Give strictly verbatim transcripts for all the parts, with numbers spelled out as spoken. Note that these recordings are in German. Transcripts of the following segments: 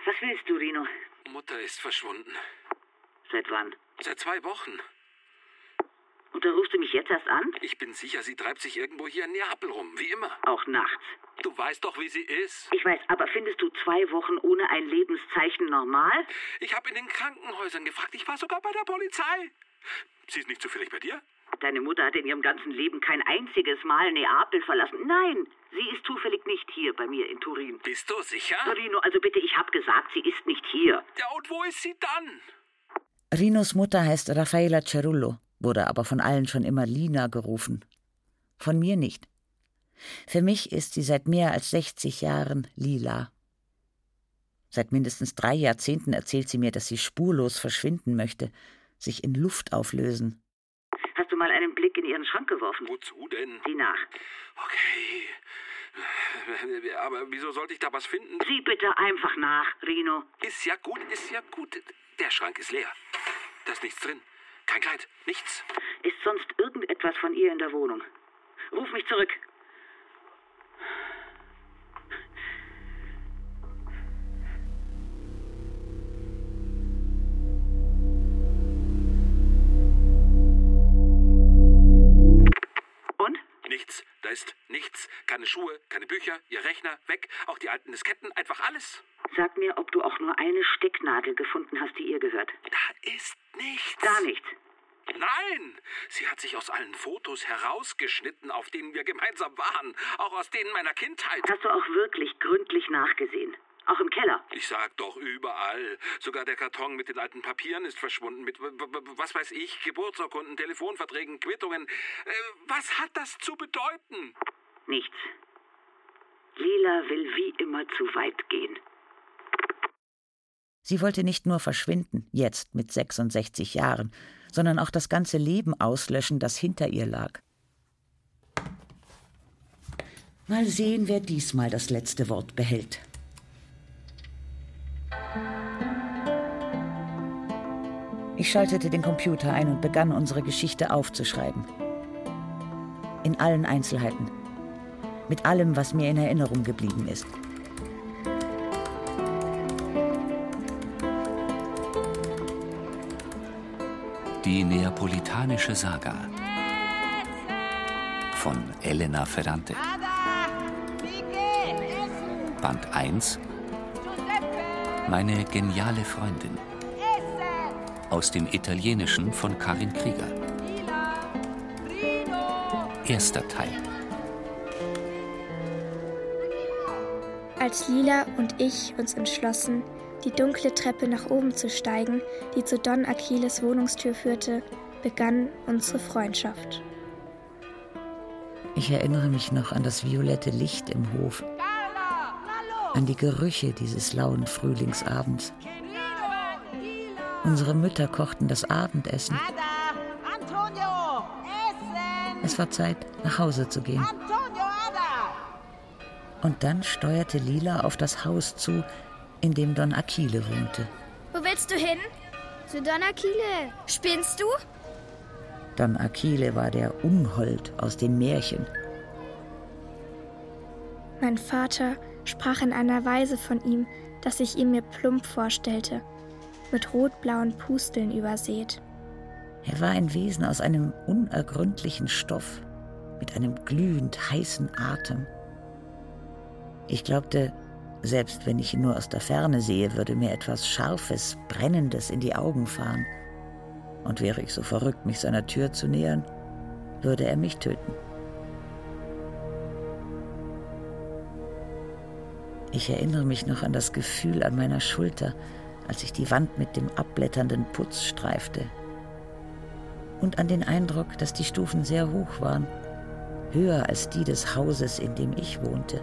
Was willst du, Rino? Mutter ist verschwunden. Seit wann? Seit zwei Wochen. Und da rufst du mich jetzt erst an? Ich bin sicher, sie treibt sich irgendwo hier in Neapel rum, wie immer. Auch nachts. Du weißt doch, wie sie ist. Ich weiß, aber findest du zwei Wochen ohne ein Lebenszeichen normal? Ich habe in den Krankenhäusern gefragt. Ich war sogar bei der Polizei. Sie ist nicht zufällig bei dir? Deine Mutter hat in ihrem ganzen Leben kein einziges Mal Neapel verlassen. Nein, sie ist zufällig nicht hier bei mir in Turin. Bist du sicher? Rino, also bitte, ich habe gesagt, sie ist nicht hier. Ja, und wo ist sie dann? Rinos Mutter heißt Raffaella Cerullo, wurde aber von allen schon immer Lina gerufen. Von mir nicht. Für mich ist sie seit mehr als sechzig Jahren Lila. Seit mindestens drei Jahrzehnten erzählt sie mir, dass sie spurlos verschwinden möchte, sich in Luft auflösen. Hast du mal einen Blick in ihren Schrank geworfen? Wozu denn? Sieh nach. Okay. Aber wieso sollte ich da was finden? Sieh bitte einfach nach, Rino. Ist ja gut, ist ja gut. Der Schrank ist leer. Da ist nichts drin. Kein Kleid, nichts. Ist sonst irgendetwas von ihr in der Wohnung? Ruf mich zurück. Und? Nichts. Da ist nichts. Keine Schuhe, keine Bücher, ihr Rechner, weg. Auch die alten Disketten, einfach alles. Sag mir, ob du auch nur eine Stecknadel gefunden hast, die ihr gehört. Da ist nichts. Gar nichts. Nein! Sie hat sich aus allen Fotos herausgeschnitten, auf denen wir gemeinsam waren. Auch aus denen meiner Kindheit. Hast du auch wirklich gründlich nachgesehen? Auch im Keller? Ich sag doch, überall. Sogar der Karton mit den alten Papieren ist verschwunden. Mit, was weiß ich, Geburtsurkunden, Telefonverträgen, Quittungen. Äh, was hat das zu bedeuten? Nichts. Lila will wie immer zu weit gehen. Sie wollte nicht nur verschwinden, jetzt mit sechsundsechzig Jahren, sondern auch das ganze Leben auslöschen, das hinter ihr lag. Mal sehen, wer diesmal das letzte Wort behält. Ich schaltete den Computer ein und begann, unsere Geschichte aufzuschreiben. In allen Einzelheiten. Mit allem, was mir in Erinnerung geblieben ist. Die neapolitanische Saga von Elena Ferrante. Band eins. Meine geniale Freundin. Aus dem Italienischen von Karin Krieger. Erster Teil. Als Lila und ich uns entschlossen, die dunkle Treppe nach oben zu steigen, die zu Don Achilles Wohnungstür führte, begann unsere Freundschaft. Ich erinnere mich noch an das violette Licht im Hof, an die Gerüche dieses lauen Frühlingsabends. Unsere Mütter kochten das Abendessen. Es war Zeit, nach Hause zu gehen. Und dann steuerte Lila auf das Haus zu, in dem Don Achille wohnte. Wo willst du hin? Zu Don Achille. Spinnst du? Don Achille war der Unhold aus den Märchen. Mein Vater sprach in einer Weise von ihm, dass ich ihn mir plump vorstellte, mit rotblauen Pusteln übersät. Er war ein Wesen aus einem unergründlichen Stoff, mit einem glühend heißen Atem. Ich glaubte, selbst wenn ich ihn nur aus der Ferne sehe, würde mir etwas Scharfes, Brennendes in die Augen fahren. Und wäre ich so verrückt, mich seiner Tür zu nähern, würde er mich töten. Ich erinnere mich noch an das Gefühl an meiner Schulter, als ich die Wand mit dem abblätternden Putz streifte. Und an den Eindruck, dass die Stufen sehr hoch waren, höher als die des Hauses, in dem ich wohnte.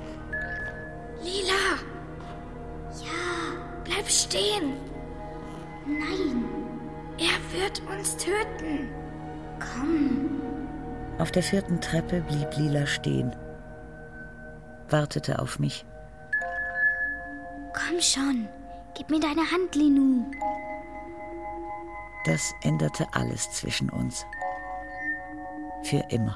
Lila! Ja, bleib stehen! Nein, er wird uns töten. Komm. Auf der vierten Treppe blieb Lila stehen, wartete auf mich. Komm schon, gib mir deine Hand, Linu. Das änderte alles zwischen uns. Für immer.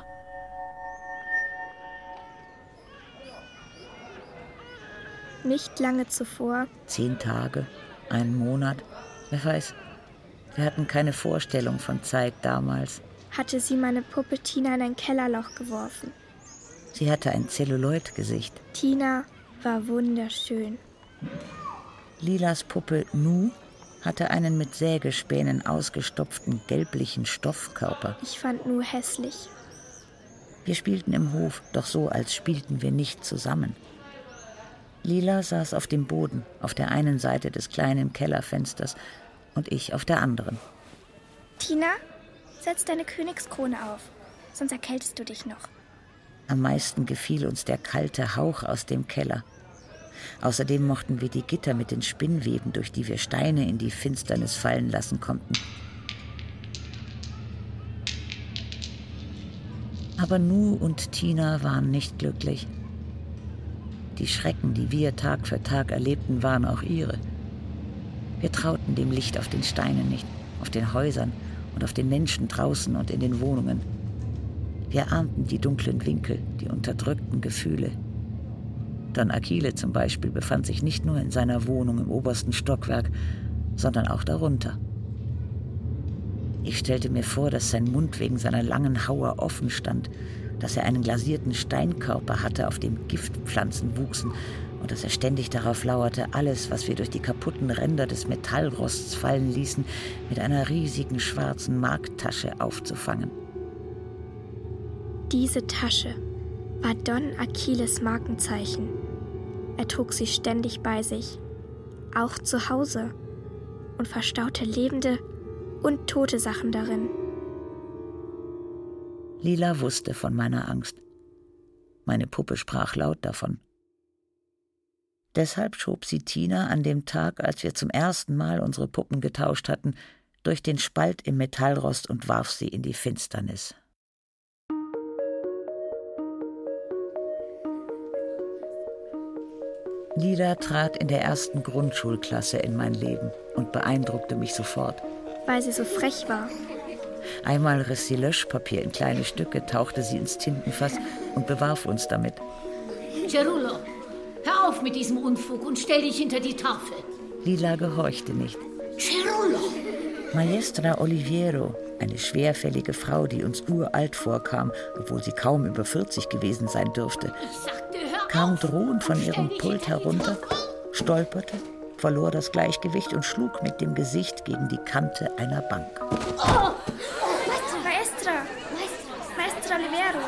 Nicht lange zuvor, Zehn Tage, einen Monat, wer weiß. Wir hatten keine Vorstellung von Zeit damals. hatte sie meine Puppe Tina in ein Kellerloch geworfen. Sie hatte ein Zelluloid-Gesicht. Tina war wunderschön. Lilas Puppe Nu hatte einen mit Sägespänen ausgestopften gelblichen Stoffkörper. Ich fand Nu hässlich. Wir spielten im Hof, doch so, als spielten wir nicht zusammen. Lila saß auf dem Boden, auf der einen Seite des kleinen Kellerfensters und ich auf der anderen. Tina, setz deine Königskrone auf, sonst erkältest du dich noch. Am meisten gefiel uns der kalte Hauch aus dem Keller. Außerdem mochten wir die Gitter mit den Spinnweben, durch die wir Steine in die Finsternis fallen lassen konnten. Aber Nu und Tina waren nicht glücklich. Die Schrecken, die wir Tag für Tag erlebten, waren auch ihre. Wir trauten dem Licht auf den Steinen nicht, auf den Häusern und auf den Menschen draußen und in den Wohnungen. Wir ahnten die dunklen Winkel, die unterdrückten Gefühle. Don Achille zum Beispiel befand sich nicht nur in seiner Wohnung im obersten Stockwerk, sondern auch darunter. Ich stellte mir vor, dass sein Mund wegen seiner langen Hauer offen stand, dass er einen glasierten Steinkörper hatte, auf dem Giftpflanzen wuchsen und dass er ständig darauf lauerte, alles, was wir durch die kaputten Ränder des Metallrosts fallen ließen, mit einer riesigen schwarzen Marktasche aufzufangen. Diese Tasche war Don Achilles Markenzeichen. Er trug sie ständig bei sich, auch zu Hause, und verstaute lebende und tote Sachen darin. Lila wusste von meiner Angst. Meine Puppe sprach laut davon. Deshalb schob sie Tina an dem Tag, als wir zum ersten Mal unsere Puppen getauscht hatten, durch den Spalt im Metallrost und warf sie in die Finsternis. Lila trat in der ersten Grundschulklasse in mein Leben und beeindruckte mich sofort. Weil sie so frech war. Einmal riss sie Löschpapier in kleine Stücke, tauchte sie ins Tintenfass und bewarf uns damit. Cerullo, hör auf mit diesem Unfug und stell dich hinter die Tafel. Lila gehorchte nicht. Cerullo! Maestra Oliviero, eine schwerfällige Frau, die uns uralt vorkam, obwohl sie kaum über vierzig gewesen sein dürfte, Ich sagte, hör kam auf. drohend von Stell ihrem dich Pult hinter die herunter, Tafel. stolperte, verlor das Gleichgewicht und schlug mit dem Gesicht gegen die Kante einer Bank. Oh! Maestra! Maestra Oliviero!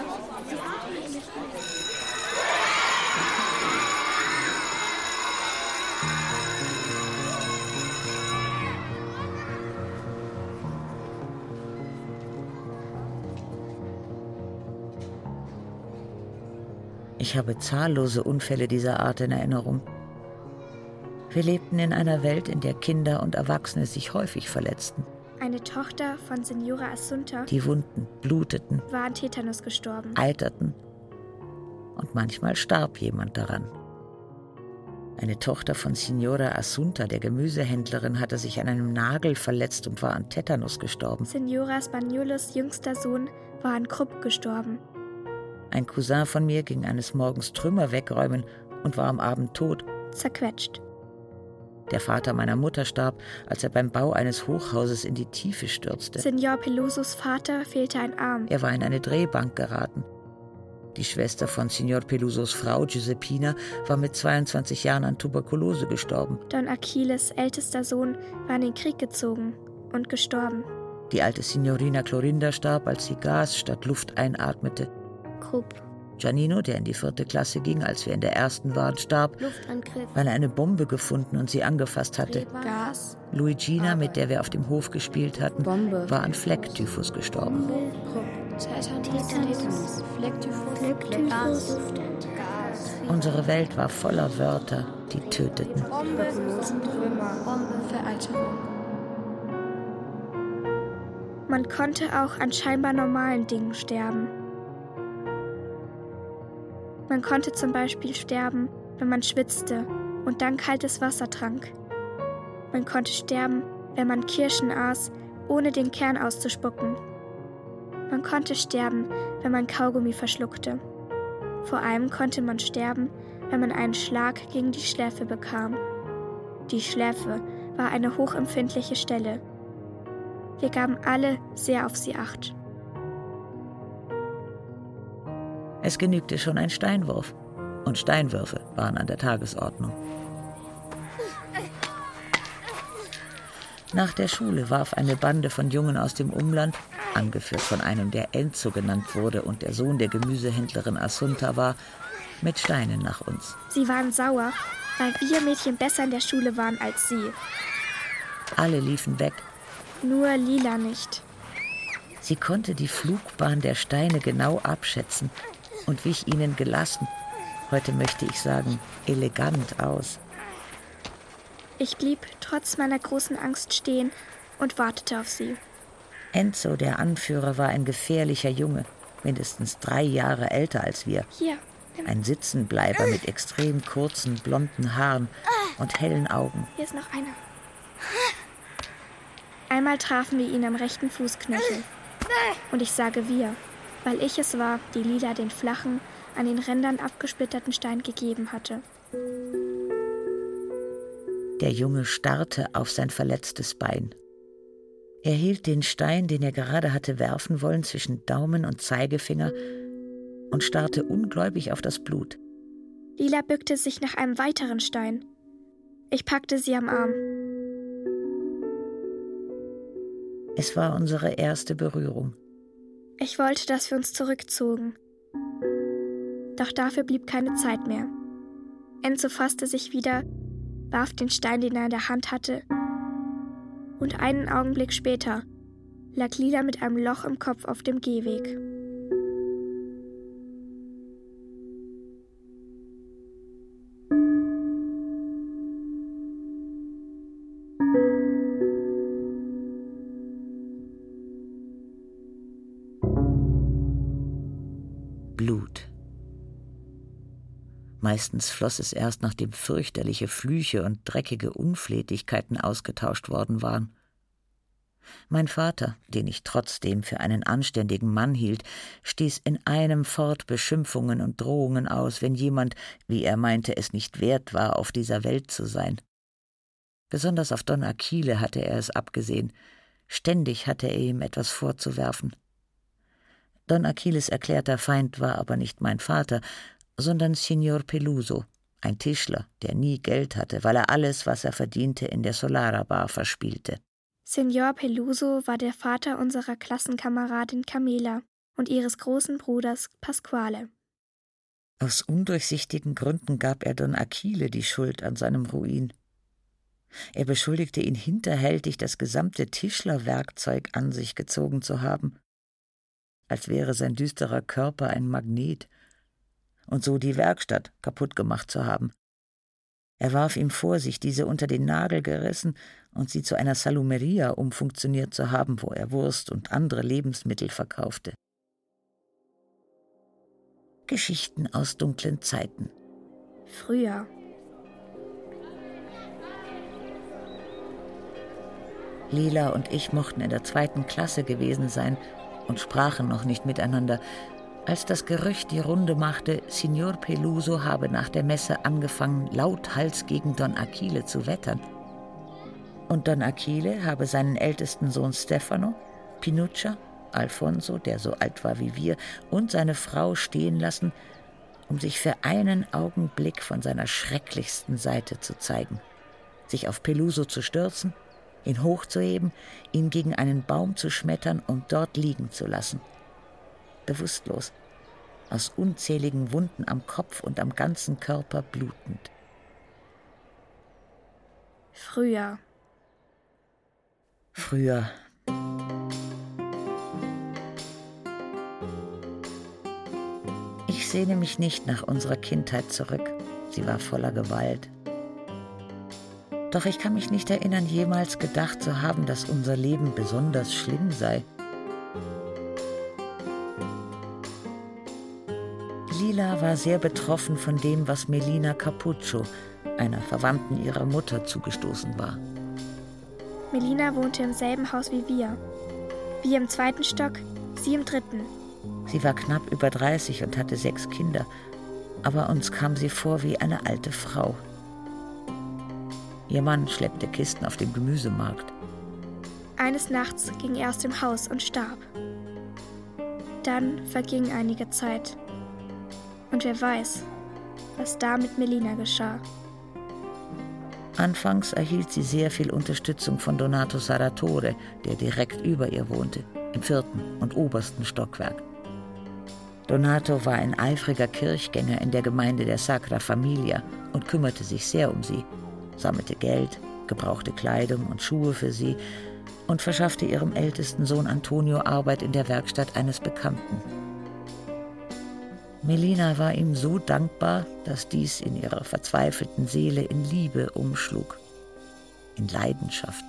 Ich habe zahllose Unfälle dieser Art in Erinnerung. Wir lebten in einer Welt, in der Kinder und Erwachsene sich häufig verletzten. Eine Tochter von Signora Assunta Die Wunden bluteten, war an Tetanus gestorben. eiterten und manchmal starb jemand daran. Eine Tochter von Signora Assunta, der Gemüsehändlerin, hatte sich an einem Nagel verletzt und war an Tetanus gestorben. Signora Spagnolos jüngster Sohn war an Krupp gestorben. Ein Cousin von mir ging eines Morgens Trümmer wegräumen und war am Abend tot. Zerquetscht. Der Vater meiner Mutter starb, als er beim Bau eines Hochhauses in die Tiefe stürzte. Signor Pelusos Vater fehlte ein Arm. Er war in eine Drehbank geraten. Die Schwester von Signor Pelusos Frau, Giuseppina, war mit zweiundzwanzig Jahren an Tuberkulose gestorben. Don Achilles ältester Sohn war in den Krieg gezogen und gestorben. Die alte Signorina Clorinda starb, als sie Gas statt Luft einatmete. Krupp. Giannino, der in die vierte Klasse ging, als wir in der ersten waren, starb, Luftangriff. weil er eine Bombe gefunden und sie angefasst hatte. Gas. Luigina, mit der wir auf dem Hof gespielt hatten, Bombe. war an Flecktyphus gestorben. Tetanus. Flecktyphus. Unsere Welt war voller Wörter, die töteten. Bombe. Bombe. Vereiterung. Man konnte auch an scheinbar normalen Dingen sterben. Man konnte zum Beispiel sterben, wenn man schwitzte und dann kaltes Wasser trank. Man konnte sterben, wenn man Kirschen aß, ohne den Kern auszuspucken. Man konnte sterben, wenn man Kaugummi verschluckte. Vor allem konnte man sterben, wenn man einen Schlag gegen die Schläfe bekam. Die Schläfe war eine hochempfindliche Stelle. Wir gaben alle sehr auf sie Acht. Es genügte schon ein Steinwurf. Und Steinwürfe waren an der Tagesordnung. Nach der Schule warf eine Bande von Jungen aus dem Umland, angeführt von einem, der Enzo genannt wurde und der Sohn der Gemüsehändlerin Assunta war, mit Steinen nach uns. Sie waren sauer, weil wir Mädchen besser in der Schule waren als sie. Alle liefen weg. Nur Lila nicht. Sie konnte die Flugbahn der Steine genau abschätzen und wich ihnen gelassen, heute möchte ich sagen, elegant aus. Ich blieb trotz meiner großen Angst stehen und wartete auf sie. Enzo, der Anführer, war ein gefährlicher Junge, mindestens drei Jahre älter als wir. Hier. Ein Sitzenbleiber mit extrem kurzen, blonden Haaren und hellen Augen. Hier ist noch einer. Einmal trafen wir ihn am rechten Fußknöchel. Und ich sage wir, weil ich es war, die Lila den flachen, an den Rändern abgesplitterten Stein gegeben hatte. Der Junge starrte auf sein verletztes Bein. Er hielt den Stein, den er gerade hatte werfen wollen, zwischen Daumen und Zeigefinger und starrte ungläubig auf das Blut. Lila bückte sich nach einem weiteren Stein. Ich packte sie am Arm. Es war unsere erste Berührung. Ich wollte, dass wir uns zurückzogen. Doch dafür blieb keine Zeit mehr. Enzo fasste sich wieder, warf den Stein, den er in der Hand hatte, und einen Augenblick später lag Lila mit einem Loch im Kopf auf dem Gehweg. Blut. Meistens floss es erst, nachdem fürchterliche Flüche und dreckige Unflätigkeiten ausgetauscht worden waren. Mein Vater, den ich trotzdem für einen anständigen Mann hielt, stieß in einem fort Beschimpfungen und Drohungen aus, wenn jemand, wie er meinte, es nicht wert war, auf dieser Welt zu sein. Besonders auf Don Achille hatte er es abgesehen. Ständig hatte er ihm etwas vorzuwerfen. Don Achilles erklärter Feind war aber nicht mein Vater, sondern Signor Peluso, ein Tischler, der nie Geld hatte, weil er alles, was er verdiente, in der Solara Bar verspielte. Signor Peluso war der Vater unserer Klassenkameradin Camilla und ihres großen Bruders Pasquale. Aus undurchsichtigen Gründen gab er Don Achille die Schuld an seinem Ruin. Er beschuldigte ihn hinterhältig, das gesamte Tischlerwerkzeug an sich gezogen zu haben, als wäre sein düsterer Körper ein Magnet, und so die Werkstatt kaputt gemacht zu haben. Er warf ihm vor, sich diese unter den Nagel gerissen und sie zu einer Salumeria umfunktioniert zu haben, wo er Wurst und andere Lebensmittel verkaufte. Geschichten aus dunklen Zeiten. Früher. Lila und ich mochten in der zweiten Klasse gewesen sein und sprachen noch nicht miteinander, als das Gerücht die Runde machte, Signor Peluso habe nach der Messe angefangen, lauthals gegen Don Achille zu wettern. Und Don Achille habe seinen ältesten Sohn Stefano, Pinuccia, Alfonso, der so alt war wie wir, und seine Frau stehen lassen, um sich für einen Augenblick von seiner schrecklichsten Seite zu zeigen, sich auf Peluso zu stürzen, ihn hochzuheben, ihn gegen einen Baum zu schmettern und dort liegen zu lassen. Bewusstlos, aus unzähligen Wunden am Kopf und am ganzen Körper blutend. Früher. Früher. Ich sehne mich nicht nach unserer Kindheit zurück. Sie war voller Gewalt. Doch ich kann mich nicht erinnern, jemals gedacht zu haben, dass unser Leben besonders schlimm sei. Lila war sehr betroffen von dem, was Melina Cappuccio, einer Verwandten ihrer Mutter, zugestoßen war. Melina wohnte im selben Haus wie wir. Wir im zweiten Stock, sie im dritten. Sie war knapp über dreißig und hatte sechs Kinder. aber uns kam sie vor wie eine alte Frau. Ihr Mann schleppte Kisten auf den Gemüsemarkt. Eines Nachts ging er aus dem Haus und starb. Dann verging einige Zeit. Und wer weiß, was da mit Melina geschah. Anfangs erhielt sie sehr viel Unterstützung von Donato Sarratore, der direkt über ihr wohnte, im vierten und obersten Stockwerk. Donato war ein eifriger Kirchgänger in der Gemeinde der Sacra Familia und kümmerte sich sehr um sie, sammelte Geld, gebrauchte Kleidung und Schuhe für sie und verschaffte ihrem ältesten Sohn Antonio Arbeit in der Werkstatt eines Bekannten. Melina war ihm so dankbar, dass dies in ihrer verzweifelten Seele in Liebe umschlug, in Leidenschaft.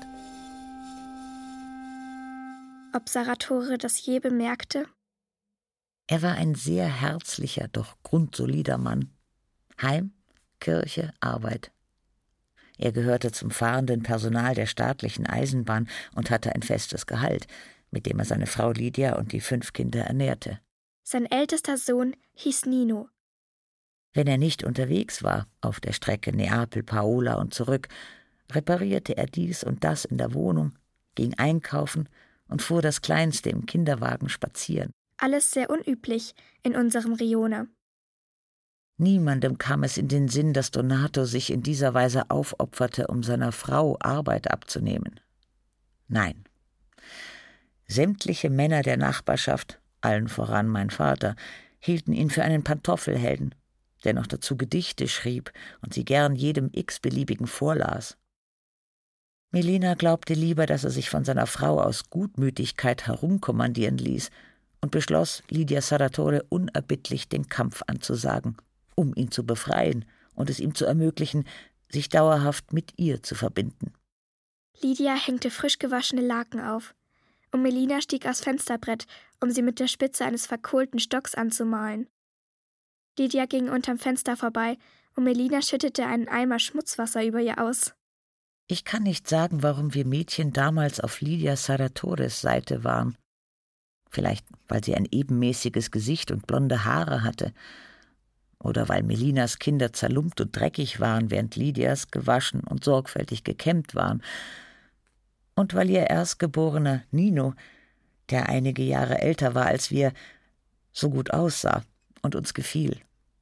Ob Sarratore das je bemerkte? Er war ein sehr herzlicher, doch grundsolider Mann. Heim, Kirche, Arbeit. Er gehörte zum fahrenden Personal der staatlichen Eisenbahn und hatte ein festes Gehalt, mit dem er seine Frau Lydia und die fünf Kinder ernährte. Sein ältester Sohn hieß Nino. Wenn er nicht unterwegs war, auf der Strecke Neapel-Paola und zurück, reparierte er dies und das in der Wohnung, ging einkaufen und fuhr das Kleinste im Kinderwagen spazieren. Alles sehr unüblich in unserem Rione. Niemandem kam es in den Sinn, dass Donato sich in dieser Weise aufopferte, um seiner Frau Arbeit abzunehmen. Nein. Sämtliche Männer der Nachbarschaft, allen voran mein Vater, hielten ihn für einen Pantoffelhelden, der noch dazu Gedichte schrieb und sie gern jedem x-beliebigen vorlas. Melina glaubte lieber, dass er sich von seiner Frau aus Gutmütigkeit herumkommandieren ließ und beschloss, Lydia Sarratore unerbittlich den Kampf anzusagen, um ihn zu befreien und es ihm zu ermöglichen, sich dauerhaft mit ihr zu verbinden. Lydia hängte frisch gewaschene Laken auf, und Melina stieg aufs Fensterbrett, um sie mit der Spitze eines verkohlten Stocks anzumalen. Lydia ging unterm Fenster vorbei, und Melina schüttete einen Eimer Schmutzwasser über ihr aus. Ich kann nicht sagen, warum wir Mädchen damals auf Lydia Sarratores Seite waren. Vielleicht, weil sie ein ebenmäßiges Gesicht und blonde Haare hatte. Oder weil Melinas Kinder zerlumpt und dreckig waren, während Lydias gewaschen und sorgfältig gekämmt waren. Und weil ihr Erstgeborener Nino, der einige Jahre älter war als wir, so gut aussah und uns gefiel.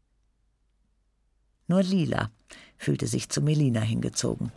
Nur Lila fühlte sich zu Melina hingezogen.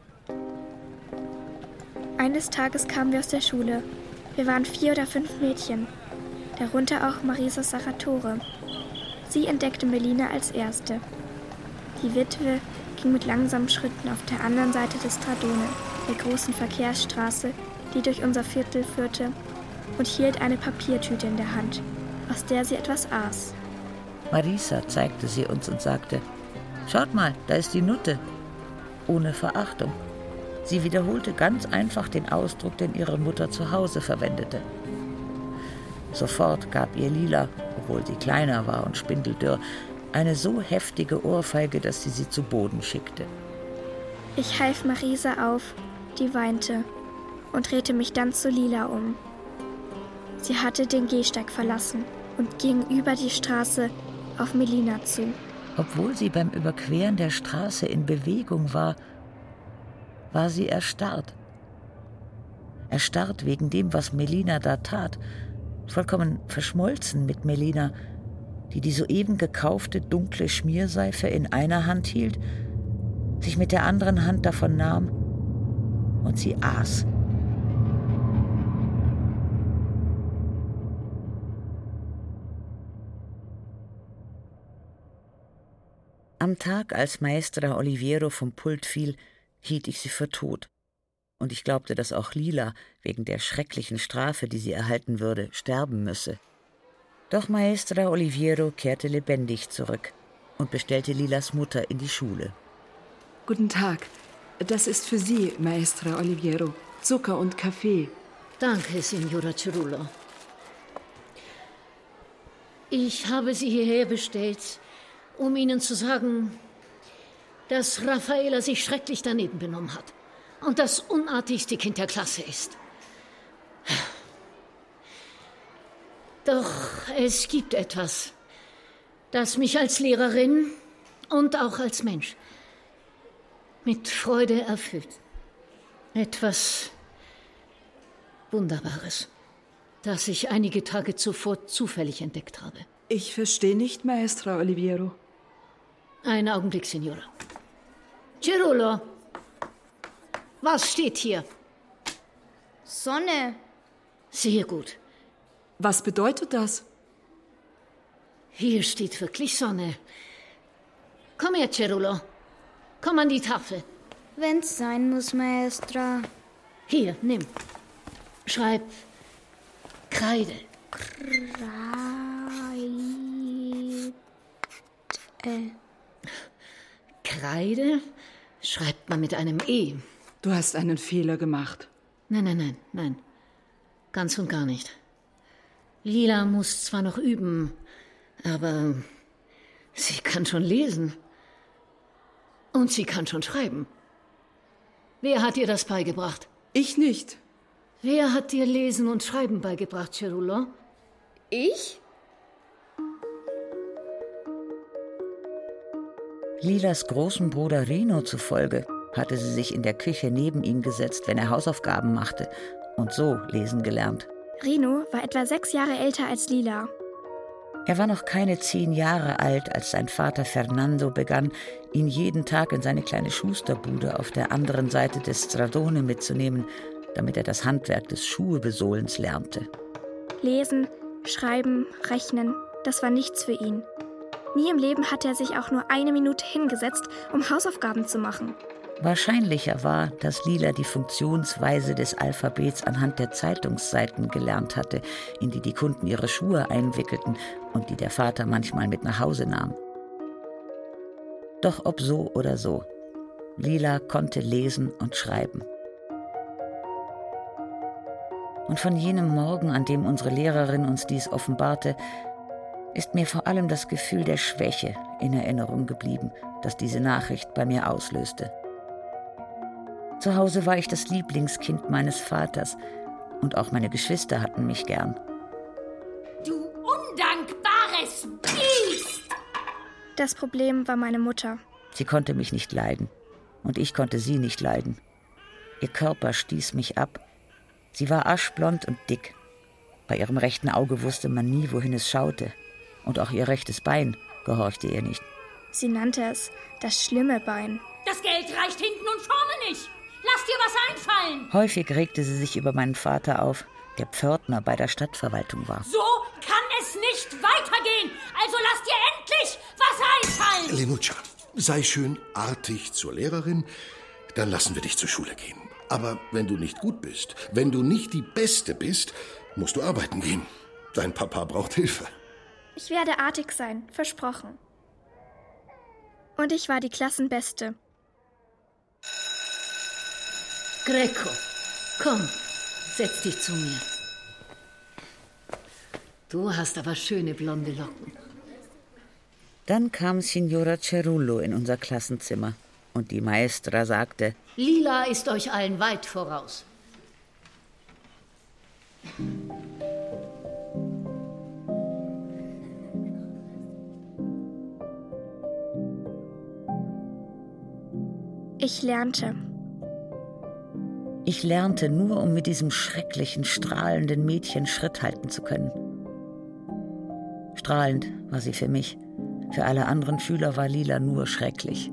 Eines Tages kamen wir aus der Schule. Wir waren vier oder fünf Mädchen, darunter auch Marisa Sarratore. Sie entdeckte Melina als Erste. Die Witwe ging mit langsamen Schritten auf der anderen Seite des Stradone, der großen Verkehrsstraße, die durch unser Viertel führte, und hielt eine Papiertüte in der Hand, aus der sie etwas aß. Marisa zeigte sie uns und sagte, »Schaut mal, da ist die Nutte«, ohne Verachtung. Sie wiederholte ganz einfach den Ausdruck, den ihre Mutter zu Hause verwendete. Sofort gab ihr Lila, obwohl sie kleiner war und spindeldürr, eine so heftige Ohrfeige, dass sie sie zu Boden schickte. Ich half Marisa auf, die weinte, und drehte mich dann zu Lila um. Sie hatte den Gehsteig verlassen und ging über die Straße auf Melina zu. Obwohl sie beim Überqueren der Straße in Bewegung war, war sie erstarrt. Erstarrt wegen dem, was Melina da tat, vollkommen verschmolzen mit Melina, die die soeben gekaufte dunkle Schmierseife in einer Hand hielt, sich mit der anderen Hand davon nahm und sie aß. Am Tag, als Maestra Oliviero vom Pult fiel, hielt ich sie für tot. Und ich glaubte, dass auch Lila, wegen der schrecklichen Strafe, die sie erhalten würde, sterben müsse. Doch Maestra Oliviero kehrte lebendig zurück und bestellte Lilas Mutter in die Schule. Guten Tag. Das ist für Sie, Maestra Oliviero. Zucker und Kaffee. Danke, Signora Cirulo. Ich habe Sie hierher bestellt, um Ihnen zu sagen, dass Raffaella sich schrecklich daneben benommen hat und das unartigste Kind der Klasse ist. Doch es gibt etwas, das mich als Lehrerin und auch als Mensch mit Freude erfüllt. Etwas Wunderbares, das ich einige Tage zuvor zufällig entdeckt habe. Ich verstehe nicht, Maestra Oliviero. Einen Augenblick, Signora. Cerullo, was steht hier? Sonne. Sehr gut. Was bedeutet das? Hier steht wirklich Sonne. Komm her, Cerullo. Komm an die Tafel. Wenn's sein muss, Maestra. Hier, nimm. Schreib Kreide. Kreide. Kreide schreibt man mit einem E. Du hast einen Fehler gemacht. Nein, nein, nein, nein. Ganz und gar nicht. Lila muss zwar noch üben, aber sie kann schon lesen. Und sie kann schon schreiben. Wer hat ihr das beigebracht? Ich nicht. Wer hat dir Lesen und Schreiben beigebracht, Cerullo? Ich? Lilas großen Bruder Rino zufolge hatte sie sich in der Küche neben ihn gesetzt, wenn er Hausaufgaben machte, und so lesen gelernt. Rino war etwa sechs Jahre älter als Lila. Er war noch keine zehn Jahre alt, als sein Vater Fernando begann, ihn jeden Tag in seine kleine Schusterbude auf der anderen Seite des Stradone mitzunehmen, damit er das Handwerk des Schuhebesohlens lernte. Lesen, schreiben, rechnen, das war nichts für ihn. Nie im Leben hatte er sich auch nur eine Minute hingesetzt, um Hausaufgaben zu machen. Wahrscheinlicher war, dass Lila die Funktionsweise des Alphabets anhand der Zeitungsseiten gelernt hatte, in die die Kunden ihre Schuhe einwickelten und die der Vater manchmal mit nach Hause nahm. Doch ob so oder so, Lila konnte lesen und schreiben. Und von jenem Morgen, an dem unsere Lehrerin uns dies offenbarte, ist mir vor allem das Gefühl der Schwäche in Erinnerung geblieben, das diese Nachricht bei mir auslöste. Zu Hause war ich das Lieblingskind meines Vaters und auch meine Geschwister hatten mich gern. Du undankbares Biest! Das Problem war meine Mutter. Sie konnte mich nicht leiden und ich konnte sie nicht leiden. Ihr Körper stieß mich ab. Sie war aschblond und dick. Bei ihrem rechten Auge wusste man nie, wohin es schaute. Und auch ihr rechtes Bein gehorchte ihr nicht. Sie nannte es das schlimme Bein. Das Geld reicht hinten und vorne nicht. Lass dir was einfallen. Häufig regte sie sich über meinen Vater auf, der Pförtner bei der Stadtverwaltung war. So kann es nicht weitergehen. Also lass dir endlich was einfallen. Lenuccia, sei schön artig zur Lehrerin, dann lassen wir dich zur Schule gehen. Aber wenn du nicht gut bist, wenn du nicht die Beste bist, musst du arbeiten gehen. Dein Papa braucht Hilfe. Ich werde artig sein, versprochen. Und ich war die Klassenbeste. Greco, komm, setz dich zu mir. Du hast aber schöne blonde Locken. Dann kam Signora Cerullo in unser Klassenzimmer und die Maestra sagte: Lila ist euch allen weit voraus. Ich lernte. Ich lernte nur, um mit diesem schrecklichen, strahlenden Mädchen Schritt halten zu können. Strahlend war sie für mich. Für alle anderen Schüler war Lila nur schrecklich.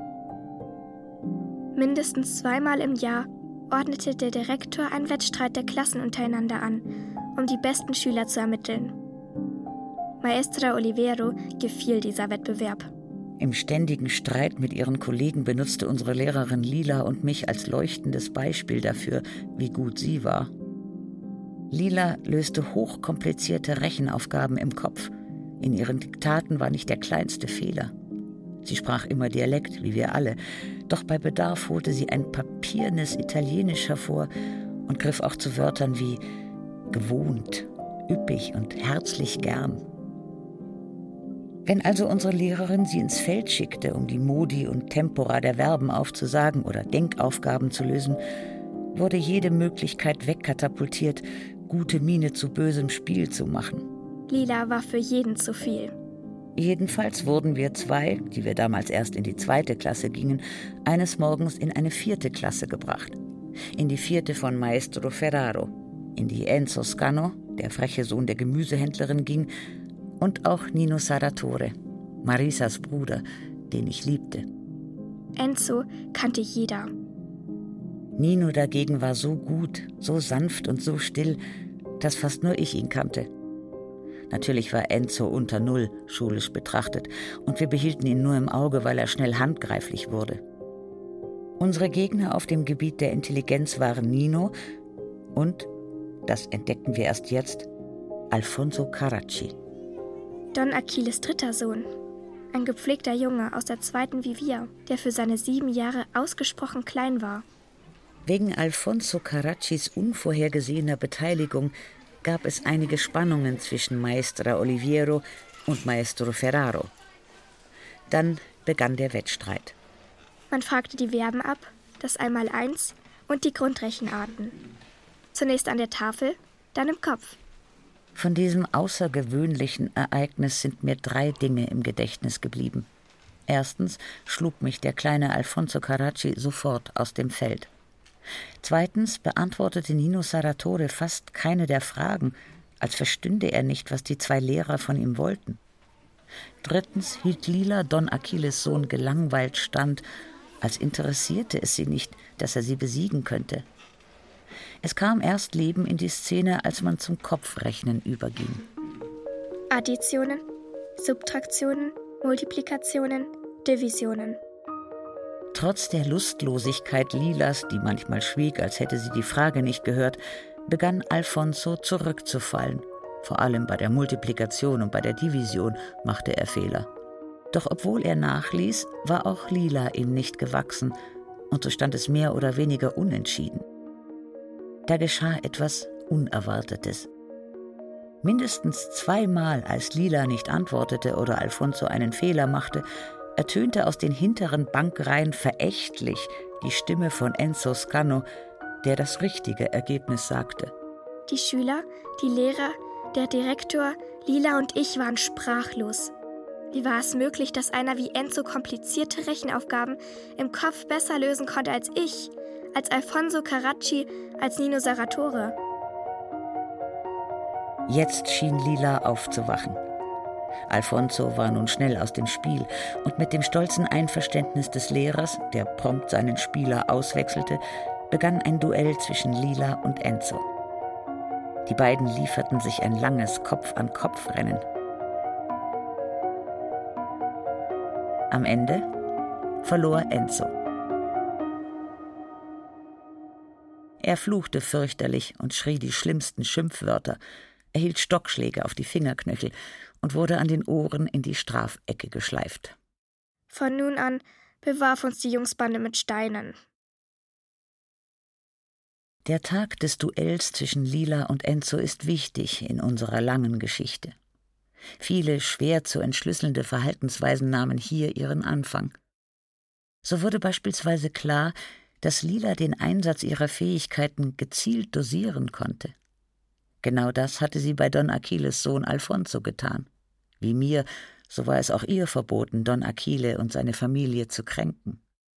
Mindestens zweimal im Jahr ordnete der Direktor einen Wettstreit der Klassen untereinander an, um die besten Schüler zu ermitteln. Maestra Oliviero gefiel dieser Wettbewerb. Im ständigen Streit mit ihren Kollegen benutzte unsere Lehrerin Lila und mich als leuchtendes Beispiel dafür, wie gut sie war. Lila löste hochkomplizierte Rechenaufgaben im Kopf. In ihren Diktaten war nicht der kleinste Fehler. Sie sprach immer Dialekt, wie wir alle, doch bei Bedarf holte sie ein papiernes Italienisch hervor und griff auch zu Wörtern wie gewohnt, üppig und herzlich gern. Wenn also unsere Lehrerin sie ins Feld schickte, um die Modi und Tempora der Verben aufzusagen oder Denkaufgaben zu lösen, wurde jede Möglichkeit wegkatapultiert, gute Miene zu bösem Spiel zu machen. Lila war für jeden zu viel. Jedenfalls wurden wir zwei, die wir damals erst in die zweite Klasse gingen, eines Morgens in eine vierte Klasse gebracht. In die vierte von Maestro Ferraro, in die Enzo Scano, der freche Sohn der Gemüsehändlerin, ging, und auch Nino Saratore, Marisas Bruder, den ich liebte. Enzo kannte jeder. Nino dagegen war so gut, so sanft und so still, dass fast nur ich ihn kannte. Natürlich war Enzo unter Null, schulisch betrachtet, und wir behielten ihn nur im Auge, weil er schnell handgreiflich wurde. Unsere Gegner auf dem Gebiet der Intelligenz waren Nino und, das entdeckten wir erst jetzt, Alfonso Carracci. Don Achilles' dritter Sohn. Ein gepflegter Junge aus der zweiten Vivia, der für seine sieben Jahre ausgesprochen klein war. Wegen Alfonso Carraccis unvorhergesehener Beteiligung gab es einige Spannungen zwischen Maestra Oliviero und Maestro Ferraro. Dann begann der Wettstreit. Man fragte die Verben ab, das Einmaleins und die Grundrechenarten. Zunächst an der Tafel, dann im Kopf. Von diesem außergewöhnlichen Ereignis sind mir drei Dinge im Gedächtnis geblieben. Erstens schlug mich der kleine Alfonso Carracci sofort aus dem Feld. Zweitens beantwortete Nino Saratore fast keine der Fragen, als verstünde er nicht, was die zwei Lehrer von ihm wollten. Drittens hielt Lila Don Achilles' Sohn gelangweilt stand, als interessierte es sie nicht, dass er sie besiegen könnte. Es kam erst Leben in die Szene, als man zum Kopfrechnen überging. Additionen, Subtraktionen, Multiplikationen, Divisionen. Trotz der Lustlosigkeit Lilas, die manchmal schwieg, als hätte sie die Frage nicht gehört, begann Alfonso zurückzufallen. Vor allem bei der Multiplikation und bei der Division machte er Fehler. Doch obwohl er nachließ, war auch Lila ihm nicht gewachsen, und so stand es mehr oder weniger unentschieden. Da geschah etwas Unerwartetes. Mindestens zweimal, als Lila nicht antwortete oder Alfonso einen Fehler machte, ertönte aus den hinteren Bankreihen verächtlich die Stimme von Enzo Scano, der das richtige Ergebnis sagte. Die Schüler, die Lehrer, der Direktor, Lila und ich waren sprachlos. Wie war es möglich, dass einer wie Enzo komplizierte Rechenaufgaben im Kopf besser lösen konnte als ich, als Alfonso Carracci, als Nino Saratore? Jetzt schien Lila aufzuwachen. Alfonso war nun schnell aus dem Spiel, und mit dem stolzen Einverständnis des Lehrers, der prompt seinen Spieler auswechselte, begann ein Duell zwischen Lila und Enzo. Die beiden lieferten sich ein langes Kopf-an-Kopf-Rennen. Am Ende verlor Enzo. Er fluchte fürchterlich und schrie die schlimmsten Schimpfwörter, erhielt Stockschläge auf die Fingerknöchel und wurde an den Ohren in die Strafecke geschleift. Von nun an bewarf uns die Jungsbande mit Steinen. Der Tag des Duells zwischen Lila und Enzo ist wichtig in unserer langen Geschichte. Viele schwer zu entschlüsselnde Verhaltensweisen nahmen hier ihren Anfang. So wurde beispielsweise klar, dass Lila den Einsatz ihrer Fähigkeiten gezielt dosieren konnte. Genau das hatte sie bei Don Achilles' Sohn Alfonso getan. Wie mir, so war es auch ihr verboten, Don Achille und seine Familie zu kränken.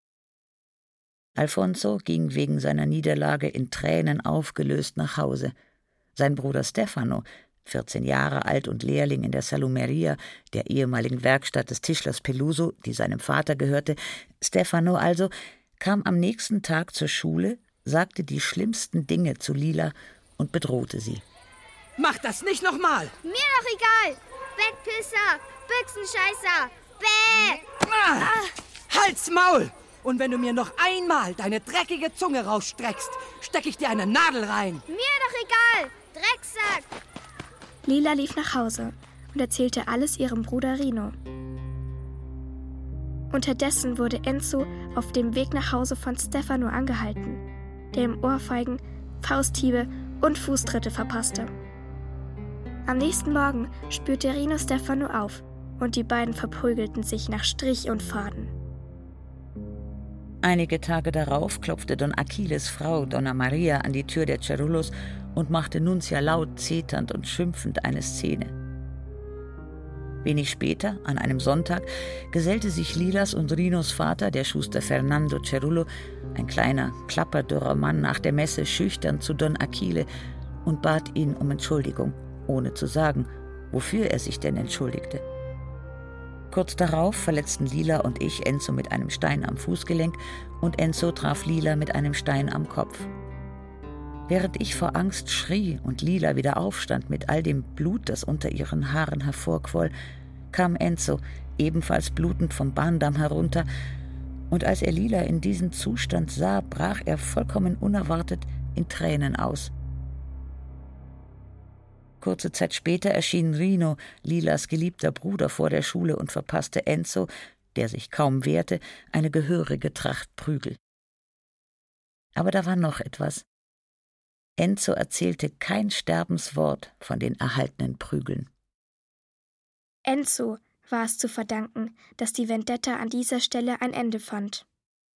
Alfonso ging wegen seiner Niederlage in Tränen aufgelöst nach Hause. Sein Bruder Stefano, vierzehn Jahre alt und Lehrling in der Salumeria, der ehemaligen Werkstatt des Tischlers Peluso, die seinem Vater gehörte, Stefano also, kam am nächsten Tag zur Schule, sagte die schlimmsten Dinge zu Lila und bedrohte sie. Mach das nicht nochmal! Mir doch egal! Bettpisser! Büchsenscheißer! Bäh! Ah, halt's Maul! Und wenn du mir noch einmal deine dreckige Zunge rausstreckst, steck ich dir eine Nadel rein. Mir doch egal! Drecksack! Lila lief nach Hause und erzählte alles ihrem Bruder Rino. Unterdessen wurde Enzo auf dem Weg nach Hause von Stefano angehalten, der ihm Ohrfeigen, Fausthiebe und Fußtritte verpasste. Am nächsten Morgen spürte Rino Stefano auf und die beiden verprügelten sich nach Strich und Faden. Einige Tage darauf klopfte Don Achilles Frau, Donna Maria, an die Tür der Cerullos und machte Nunzia laut, zeternd und schimpfend eine Szene. Wenig später, an einem Sonntag, gesellte sich Lilas und Rinos Vater, der Schuster Fernando Cerullo, ein kleiner, klapperdürrer Mann, nach der Messe schüchtern zu Don Achille und bat ihn um Entschuldigung, ohne zu sagen, wofür er sich denn entschuldigte. Kurz darauf verletzten Lila und ich Enzo mit einem Stein am Fußgelenk und Enzo traf Lila mit einem Stein am Kopf. Während ich vor Angst schrie und Lila wieder aufstand mit all dem Blut, das unter ihren Haaren hervorquoll, kam Enzo, ebenfalls blutend vom Bahndamm herunter, und als er Lila in diesem Zustand sah, brach er vollkommen unerwartet in Tränen aus. Kurze Zeit später erschien Rino, Lilas geliebter Bruder, vor der Schule und verpasste Enzo, der sich kaum wehrte, eine gehörige Tracht Prügel. Aber da war noch etwas. Enzo erzählte kein Sterbenswort von den erhaltenen Prügeln. Enzo war es zu verdanken, dass die Vendetta an dieser Stelle ein Ende fand.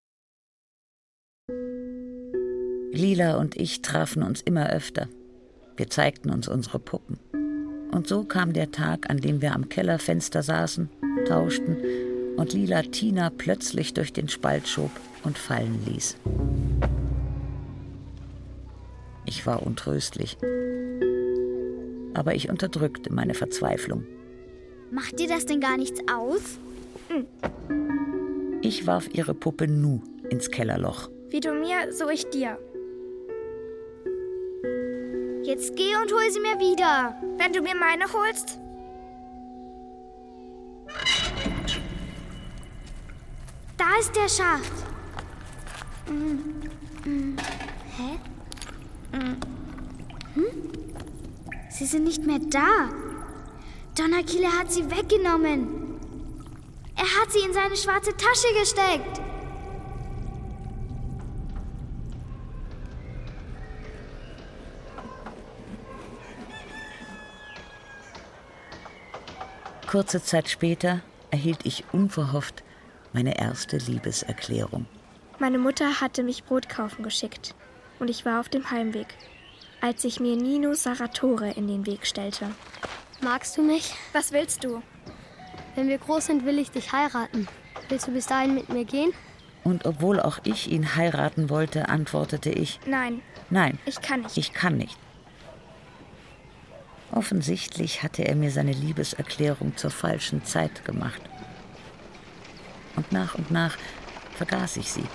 Lila und ich trafen uns immer öfter. Wir zeigten uns unsere Puppen. Und so kam der Tag, an dem wir am Kellerfenster saßen, tauschten und Lila Tina plötzlich durch den Spalt schob und fallen ließ. Ich war untröstlich. Aber ich unterdrückte meine Verzweiflung. Macht dir das denn gar nichts aus? Hm. Ich warf ihre Puppe Nu ins Kellerloch. Wie du mir, so ich dir. Jetzt geh und hol sie mir wieder. Wenn du mir meine holst. Da ist der Schacht. Hm. Hm. Hä? Hm. Hm? Sie sind nicht mehr da. Don Achille hat sie weggenommen. Er hat sie in seine schwarze Tasche gesteckt. Kurze Zeit später erhielt ich unverhofft meine erste Liebeserklärung. Meine Mutter hatte mich Brot kaufen geschickt und ich war auf dem Heimweg, als sich mir Nino Sarratore in den Weg stellte. Magst du mich? Was willst du? Wenn wir groß sind, will ich dich heiraten. Willst du bis dahin mit mir gehen? Und obwohl auch ich ihn heiraten wollte, antwortete ich: Nein. Nein. Ich kann nicht. Ich kann nicht. Offensichtlich hatte er mir seine Liebeserklärung zur falschen Zeit gemacht. Und nach und nach vergaß ich sie.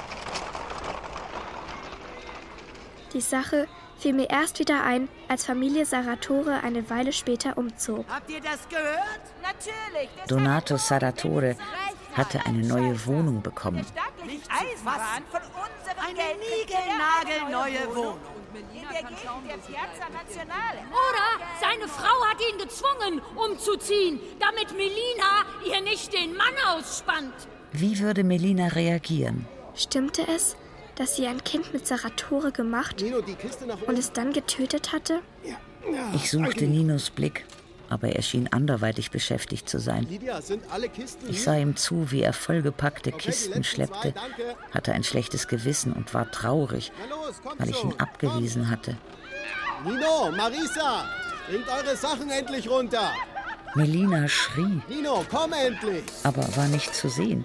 Die Sache fiel mir erst wieder ein, als Familie Sarratore eine Weile später umzog. Habt ihr das gehört? Natürlich. Donato Sarratore hatte eine neue Wohnung bekommen. Nicht Eisenbahn von unserem Geld. Niegelnagelneue Wohnung. In der Gegend der Piazza Nazionale. Oder seine Frau hat ihn gezwungen, umzuziehen, damit Melina ihr nicht den Mann ausspannt. Wie würde Melina reagieren? Stimmte es, dass sie ein Kind mit Sarratore gemacht und es dann getötet hatte? Ich suchte Ninos Blick, aber er schien anderweitig beschäftigt zu sein. Ich sah ihm zu, wie er vollgepackte Kisten schleppte, hatte ein schlechtes Gewissen und war traurig, weil ich ihn abgewiesen hatte. Nino, Marisa, bringt eure Sachen endlich runter. Melina schrie. Nino, komm endlich. Aber war nicht zu sehen.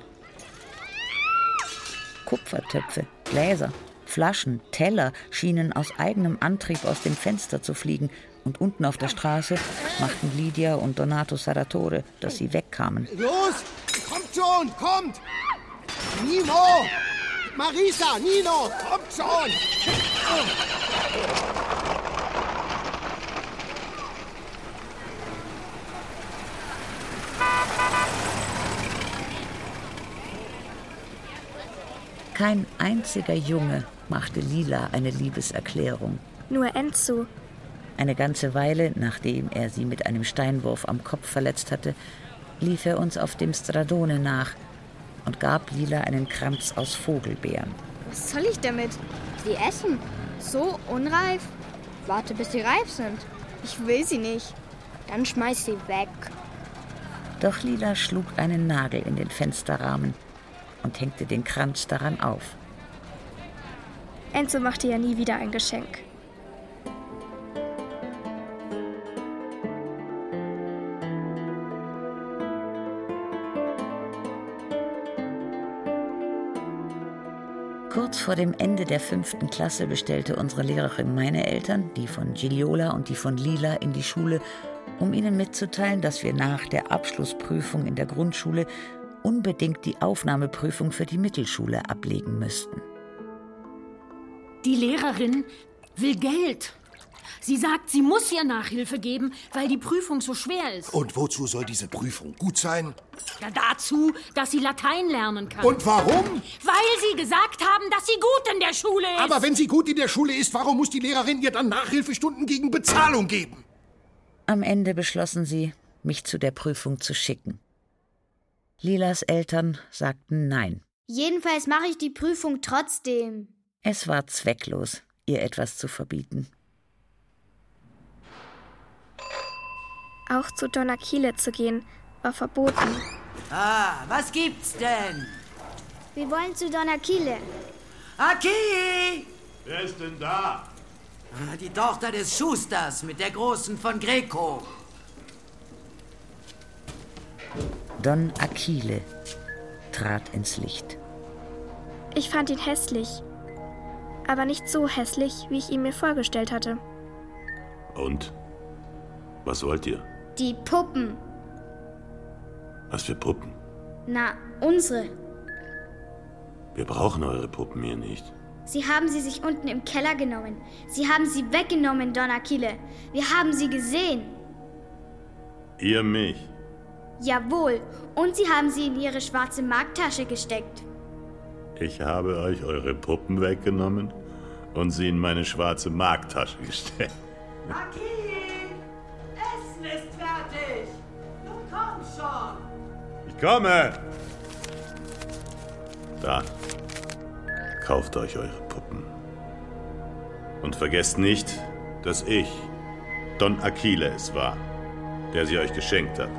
Kupfertöpfe, Gläser, Flaschen, Teller schienen aus eigenem Antrieb aus dem Fenster zu fliegen. Und unten auf der Straße machten Lydia und Donato Sarratore, dass sie wegkamen. Los, kommt schon, kommt! Nino! Marisa, Nino, kommt schon! Kein einziger Junge machte Lila eine Liebeserklärung. Nur Enzo. Eine ganze Weile, nachdem er sie mit einem Steinwurf am Kopf verletzt hatte, lief er uns auf dem Stradone nach und gab Lila einen Kranz aus Vogelbeeren. Was soll ich damit? Sie essen? So unreif? Warte, bis sie reif sind. Ich will sie nicht. Dann schmeiß sie weg. Doch Lila schlug einen Nagel in den Fensterrahmen und hängte den Kranz daran auf. Enzo machte ja nie wieder ein Geschenk. Kurz vor dem Ende der fünften Klasse bestellte unsere Lehrerin meine Eltern, die von Giliola und die von Lila, in die Schule, um ihnen mitzuteilen, dass wir nach der Abschlussprüfung in der Grundschule unbedingt die Aufnahmeprüfung für die Mittelschule ablegen müssten. Die Lehrerin will Geld. Sie sagt, sie muss ihr Nachhilfe geben, weil die Prüfung so schwer ist. Und wozu soll diese Prüfung gut sein? Ja, dazu, dass sie Latein lernen kann. Und warum? Weil sie gesagt haben, dass sie gut in der Schule ist. Aber wenn sie gut in der Schule ist, warum muss die Lehrerin ihr dann Nachhilfestunden gegen Bezahlung geben? Am Ende beschlossen sie, mich zu der Prüfung zu schicken. Lilas Eltern sagten nein. Jedenfalls mache ich die Prüfung trotzdem. Es war zwecklos, ihr etwas zu verbieten. Auch zu Don Achille zu gehen, war verboten. Ah, was gibt's denn? Wir wollen zu Don Achille. Aki! Wer ist denn da? Die Tochter des Schusters mit der Großen von Greco. Don Achille trat ins Licht. Ich fand ihn hässlich, aber nicht so hässlich, wie ich ihn mir vorgestellt hatte. Und? Was wollt ihr? Die Puppen. Was für Puppen? Na, unsere. Wir brauchen eure Puppen hier nicht. Sie haben sie sich unten im Keller genommen. Sie haben sie weggenommen, Don Achille. Wir haben sie gesehen. Ihr mich? Jawohl. Und sie haben sie in ihre schwarze Marktasche gesteckt. Ich habe euch eure Puppen weggenommen und sie in meine schwarze Marktasche gesteckt. Aki! Essen ist fertig! Du kommst schon! Ich komme! Da. Kauft euch eure Puppen. Und vergesst nicht, dass ich, Don Achille, es war, der sie euch geschenkt hat.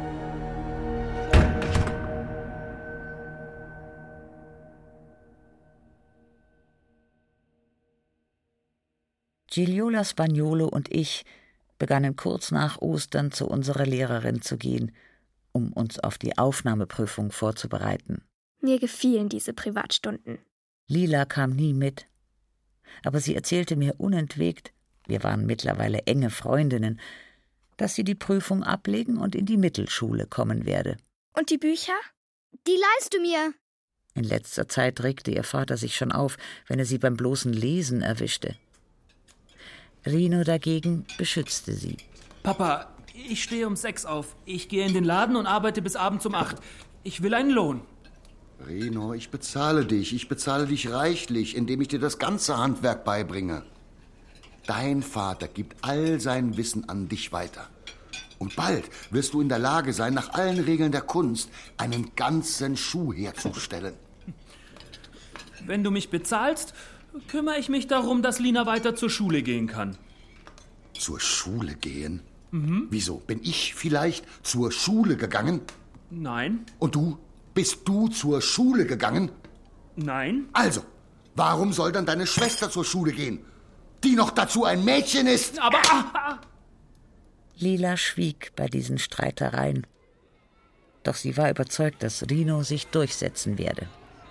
Giliola Spagnolo und ich begannen kurz nach Ostern zu unserer Lehrerin zu gehen, um uns auf die Aufnahmeprüfung vorzubereiten. Mir gefielen diese Privatstunden. Lila kam nie mit, aber sie erzählte mir unentwegt, wir waren mittlerweile enge Freundinnen, dass sie die Prüfung ablegen und in die Mittelschule kommen werde. Und die Bücher? Die leihst du mir. In letzter Zeit regte ihr Vater sich schon auf, wenn er sie beim bloßen Lesen erwischte. Rino dagegen beschützte sie. Papa, ich stehe um sechs auf. Ich gehe in den Laden und arbeite bis abends um acht. Ich will einen Lohn. Rino, ich bezahle dich. Ich bezahle dich reichlich, indem ich dir das ganze Handwerk beibringe. Dein Vater gibt all sein Wissen an dich weiter. Und bald wirst du in der Lage sein, nach allen Regeln der Kunst einen ganzen Schuh herzustellen. Wenn du mich bezahlst, kümmere ich mich darum, dass Lina weiter zur Schule gehen kann. Zur Schule gehen? Mhm. Wieso? Bin ich vielleicht zur Schule gegangen? Nein. Und du? Bist du zur Schule gegangen? Nein. Also, warum soll dann deine Schwester zur Schule gehen, die noch dazu ein Mädchen ist? Aber... Ah, ah. Lila schwieg bei diesen Streitereien. Doch sie war überzeugt, dass Rino sich durchsetzen werde.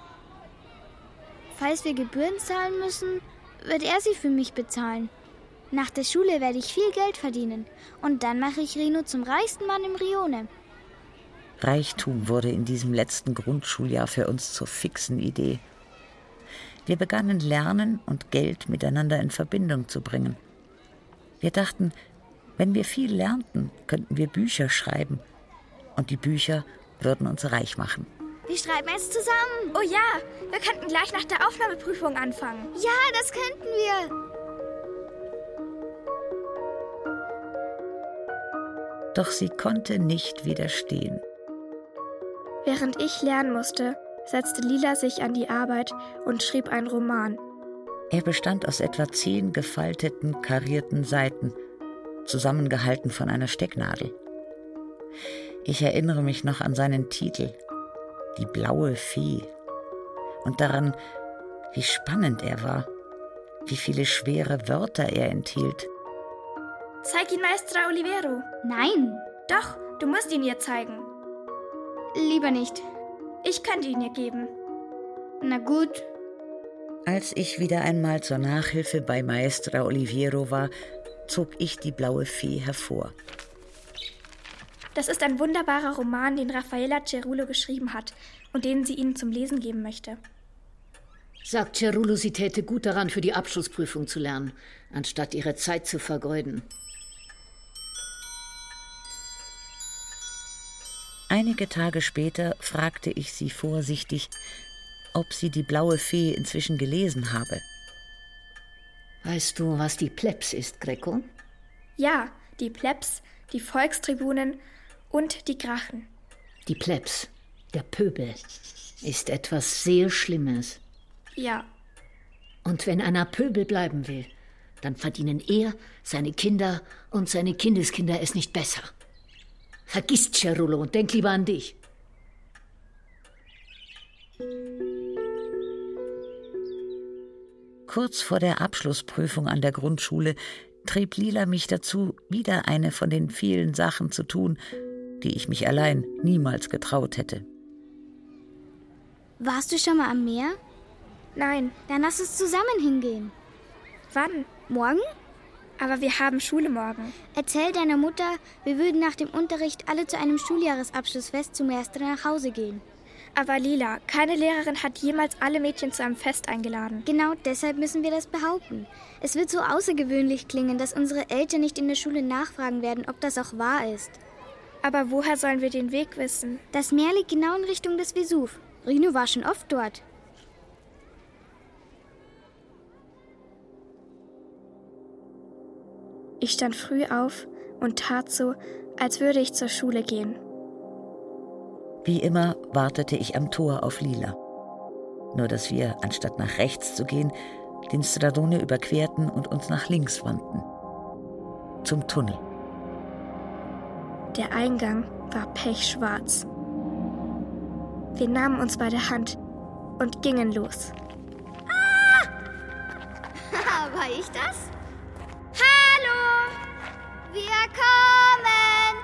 Falls wir Gebühren zahlen müssen, wird er sie für mich bezahlen. Nach der Schule werde ich viel Geld verdienen. Und dann mache ich Rino zum reichsten Mann im Rione. Reichtum wurde in diesem letzten Grundschuljahr für uns zur fixen Idee. Wir begannen Lernen und Geld miteinander in Verbindung zu bringen. Wir dachten, wenn wir viel lernten, könnten wir Bücher schreiben. Und die Bücher würden uns reich machen. Wir schreiben es zusammen. Oh ja, wir könnten gleich nach der Aufnahmeprüfung anfangen. Ja, das könnten wir. Doch sie konnte nicht widerstehen. Während ich lernen musste, setzte Lila sich an die Arbeit und schrieb einen Roman. Er bestand aus etwa zehn gefalteten, karierten Seiten, zusammengehalten von einer Stecknadel. Ich erinnere mich noch an seinen Titel, Die blaue Fee, und daran, wie spannend er war, wie viele schwere Wörter er enthielt. Zeig ihn Maestra Olivero. Nein. Doch, du musst ihn ihr zeigen. Lieber nicht. Ich könnte ihn ihr geben. Na gut. Als ich wieder einmal zur Nachhilfe bei Maestra Oliviero war, zog ich die blaue Fee hervor. Das ist ein wunderbarer Roman, den Raffaella Cerulo geschrieben hat und den sie Ihnen zum Lesen geben möchte. Sagt Cerulo, sie täte gut daran, für die Abschlussprüfung zu lernen, anstatt ihre Zeit zu vergeuden. Einige Tage später fragte ich sie vorsichtig, ob sie die blaue Fee inzwischen gelesen habe. Weißt du, was die Plebs ist, Greco? Ja, die Plebs, die Volkstribunen und die Gracchen. Die Plebs, der Pöbel, ist etwas sehr Schlimmes. Ja. Und wenn einer Pöbel bleiben will, dann verdienen er, seine Kinder und seine Kindeskinder es nicht besser. Vergiss Cerulo und denk lieber an dich. Kurz vor der Abschlussprüfung an der Grundschule trieb Lila mich dazu, wieder eine von den vielen Sachen zu tun, die ich mich allein niemals getraut hätte. Warst du schon mal am Meer? Nein. Dann lass uns zusammen hingehen. Wann? Morgen? Aber wir haben Schule morgen. Erzähl deiner Mutter, wir würden nach dem Unterricht alle zu einem Schuljahresabschlussfest zum Maestra nach Hause gehen. Aber Lila, keine Lehrerin hat jemals alle Mädchen zu einem Fest eingeladen. Genau deshalb müssen wir das behaupten. Es wird so außergewöhnlich klingen, dass unsere Eltern nicht in der Schule nachfragen werden, ob das auch wahr ist. Aber woher sollen wir den Weg wissen? Das Meer liegt genau in Richtung des Vesuv. Rino war schon oft dort. Ich stand früh auf und tat so, als würde ich zur Schule gehen. Wie immer wartete ich am Tor auf Lila. Nur dass wir, anstatt nach rechts zu gehen, den Stradone überquerten und uns nach links wandten. Zum Tunnel. Der Eingang war pechschwarz. Wir nahmen uns bei der Hand und gingen los. Ah! War ich das? Hallo! Wir kommen!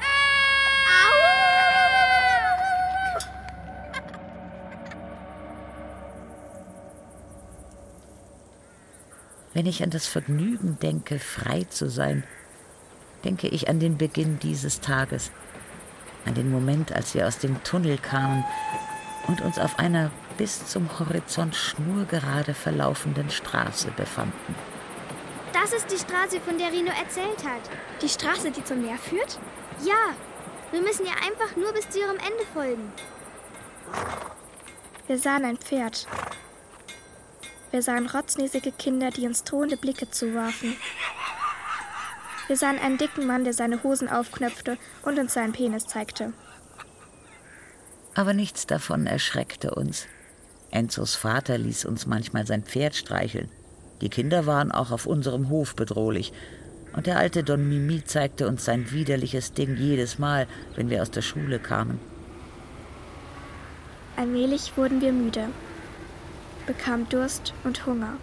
Wenn ich an das Vergnügen denke, frei zu sein, denke ich an den Beginn dieses Tages, an den Moment, als wir aus dem Tunnel kamen und uns auf einer bis zum Horizont schnurgerade verlaufenden Straße befanden. Das ist die Straße, von der Rino erzählt hat. Die Straße, die zum Meer führt? Ja, wir müssen ihr einfach nur bis zu ihrem Ende folgen. Wir sahen ein Pferd. Wir sahen rotznäsige Kinder, die uns drohende Blicke zuwarfen. Wir sahen einen dicken Mann, der seine Hosen aufknöpfte und uns seinen Penis zeigte. Aber nichts davon erschreckte uns. Enzos Vater ließ uns manchmal sein Pferd streicheln. Die Kinder waren auch auf unserem Hof bedrohlich. Und der alte Don Mimi zeigte uns sein widerliches Ding jedes Mal, wenn wir aus der Schule kamen. Allmählich wurden wir müde, bekamen Durst und Hunger.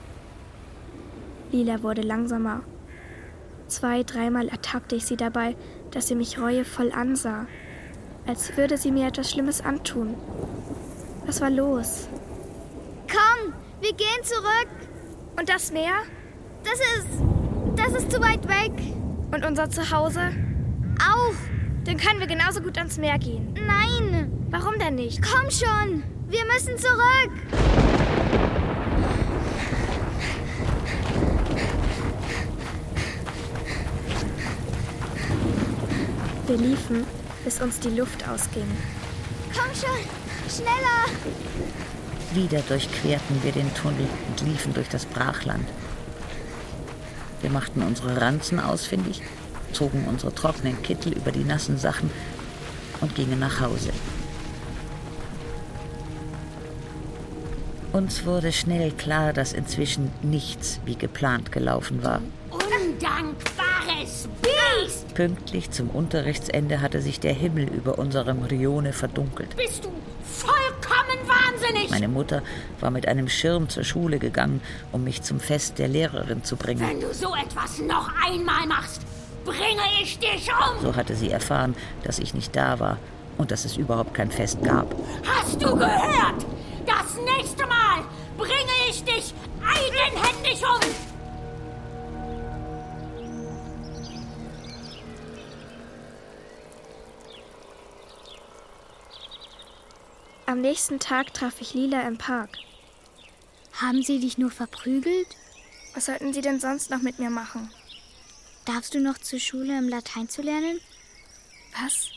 Lila wurde langsamer. Zwei, dreimal ertappte ich sie dabei, dass sie mich reuevoll ansah, als würde sie mir etwas Schlimmes antun. Was war los? Komm, wir gehen zurück. Und das Meer? Das ist... das ist zu weit weg. Und unser Zuhause? Auch. Dann können wir genauso gut ans Meer gehen. Nein. Warum denn nicht? Komm schon, wir müssen zurück. Wir liefen, bis uns die Luft ausging. Komm schon, schneller! Wieder durchquerten wir den Tunnel und liefen durch das Brachland. Wir machten unsere Ranzen ausfindig, zogen unsere trockenen Kittel über die nassen Sachen und gingen nach Hause. Uns wurde schnell klar, dass inzwischen nichts wie geplant gelaufen war. Undankbares Biest! Pünktlich zum Unterrichtsende hatte sich der Himmel über unserem Rione verdunkelt. Bist du vollkommen wahnsinnig? Meine Mutter war mit einem Schirm zur Schule gegangen, um mich zum Fest der Lehrerin zu bringen. Wenn du so etwas noch einmal machst, bringe ich dich um! So hatte sie erfahren, dass ich nicht da war und dass es überhaupt kein Fest gab. Hast du gehört? Das nächste Mal bringe ich dich eigenhändig um! Am nächsten Tag traf ich Lila im Park. Haben sie dich nur verprügelt? Was sollten sie denn sonst noch mit mir machen? Darfst du noch zur Schule, um Latein zu lernen? Was?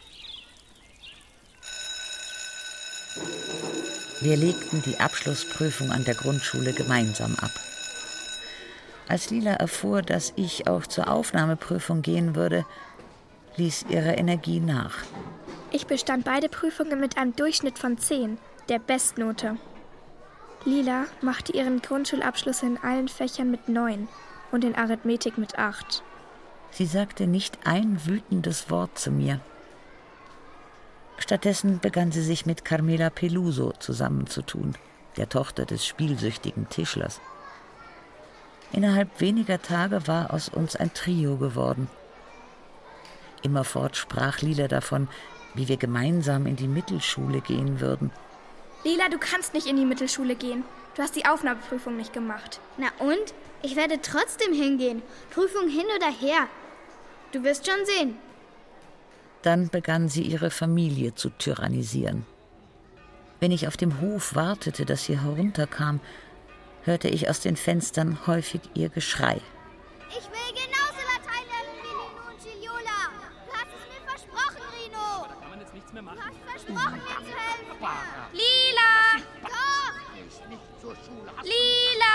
Wir legten die Abschlussprüfung an der Grundschule gemeinsam ab. Als Lila erfuhr, dass ich auch zur Aufnahmeprüfung gehen würde, ließ ihre Energie nach. Ich bestand beide Prüfungen mit einem Durchschnitt von zehn, der Bestnote. Lila machte ihren Grundschulabschluss in allen Fächern mit neun und in Arithmetik mit acht. Sie sagte nicht ein wütendes Wort zu mir. Stattdessen begann sie sich mit Carmela Peluso zusammenzutun, der Tochter des spielsüchtigen Tischlers. Innerhalb weniger Tage war aus uns ein Trio geworden. Immerfort sprach Lila davon, wie wir gemeinsam in die Mittelschule gehen würden. Lila, du kannst nicht in die Mittelschule gehen. Du hast die Aufnahmeprüfung nicht gemacht. Na und? Ich werde trotzdem hingehen. Prüfung hin oder her. Du wirst schon sehen. Dann begann sie ihre Familie zu tyrannisieren. Wenn ich auf dem Hof wartete, dass sie herunterkam, hörte ich aus den Fenstern häufig ihr Geschrei. Ich will genauso Latein lernen wie Rino und Giliola. Du hast es mir versprochen, Rino. Da kann man jetzt nichts mehr machen. Du hast versprochen, mir zu helfen. Lila! Doch! Nicht zur Schule. Lila!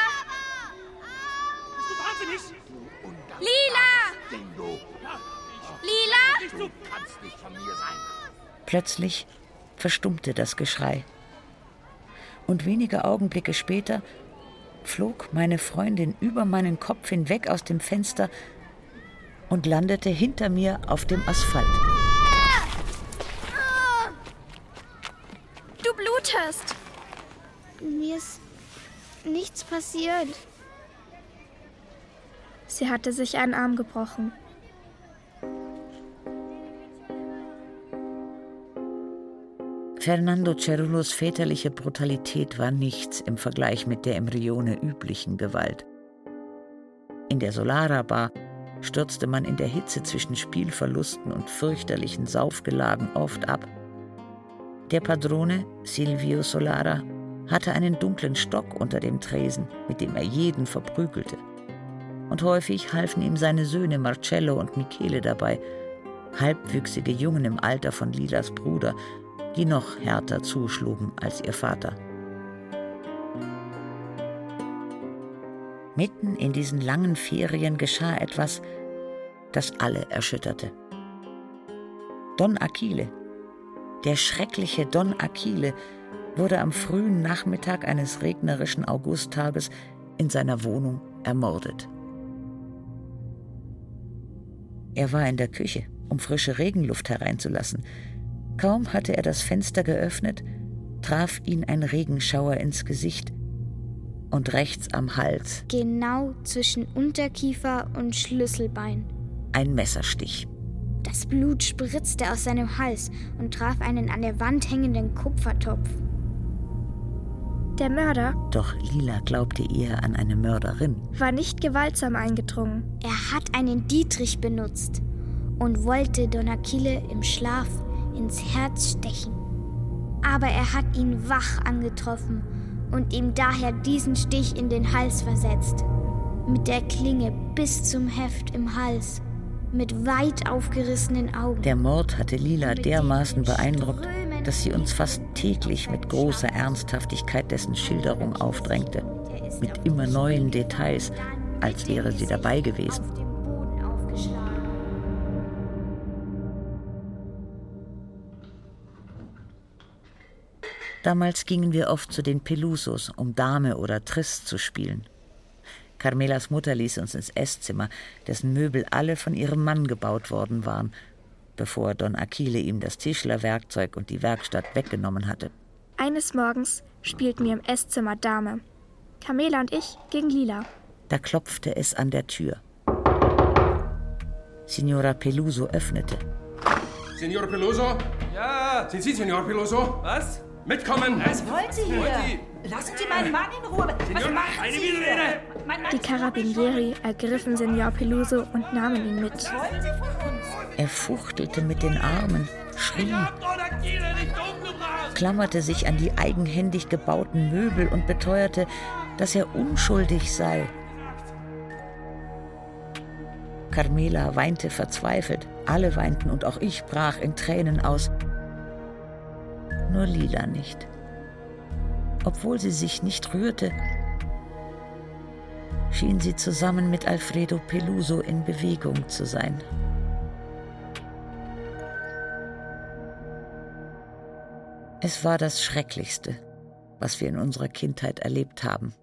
Bist du wahnsinnig? Lila! Lila! Du kannst nicht von mir sein. Plötzlich verstummte das Geschrei. Und wenige Augenblicke später flog meine Freundin über meinen Kopf hinweg aus dem Fenster und landete hinter mir auf dem Asphalt. Du blutest! Mir ist nichts passiert. Sie hatte sich einen Arm gebrochen. Fernando Cerullos väterliche Brutalität war nichts im Vergleich mit der im Rione üblichen Gewalt. In der Solara Bar stürzte man in der Hitze zwischen Spielverlusten und fürchterlichen Saufgelagen oft ab. Der Padrone, Silvio Solara, hatte einen dunklen Stock unter dem Tresen, mit dem er jeden verprügelte. Und häufig halfen ihm seine Söhne Marcello und Michele dabei, halbwüchsige Jungen im Alter von Lilas Bruder, die noch härter zuschlugen als ihr Vater. Mitten in diesen langen Ferien geschah etwas, das alle erschütterte. Don Achille, der schreckliche Don Achille, wurde am frühen Nachmittag eines regnerischen Augusttages in seiner Wohnung ermordet. Er war in der Küche, um frische Regenluft hereinzulassen. Kaum hatte er das Fenster geöffnet, traf ihn ein Regenschauer ins Gesicht und rechts am Hals. Genau zwischen Unterkiefer und Schlüsselbein. Ein Messerstich. Das Blut spritzte aus seinem Hals und traf einen an der Wand hängenden Kupfertopf. Der Mörder, doch Lila glaubte eher an eine Mörderin, war nicht gewaltsam eingedrungen. Er hat einen Dietrich benutzt und wollte Don Achille im Schlaf ins Herz stechen. Aber er hat ihn wach angetroffen und ihm daher diesen Stich in den Hals versetzt. Mit der Klinge bis zum Heft im Hals, mit weit aufgerissenen Augen. Der Mord hatte Lila dermaßen beeindruckt, dass sie uns fast täglich mit großer Ernsthaftigkeit dessen Schilderung aufdrängte, mit immer neuen Details, als wäre sie dabei gewesen. Damals gingen wir oft zu den Pelusos, um Dame oder Trist zu spielen. Carmelas Mutter ließ uns ins Esszimmer, dessen Möbel alle von ihrem Mann gebaut worden waren, bevor Don Achille ihm das Tischlerwerkzeug und die Werkstatt weggenommen hatte. Eines Morgens spielten wir im Esszimmer Dame. Carmela und ich gegen Lila. Da klopfte es an der Tür. Signora Peluso öffnete. Signor Peluso? Ja? Sind Sie Signor Peluso? Was? Mitkommen! Was wollen Sie hier? Lassen Sie meinen Mann in Ruhe! Was Senor, machen eine Sie Widerrede! hier? Mein Mann Die Carabinieri ergriffen Senor Peluso und nahmen ihn mit. Was wollen Sie von uns? Er fuchtelte mit den Armen, schrie, klammerte sich an die eigenhändig gebauten Möbel und beteuerte, dass er unschuldig sei. Carmela weinte verzweifelt, alle weinten und auch ich brach in Tränen aus. Nur Lila nicht. Obwohl sie sich nicht rührte, schien sie zusammen mit Alfredo Peluso in Bewegung zu sein. Es war das Schrecklichste, was wir in unserer Kindheit erlebt haben.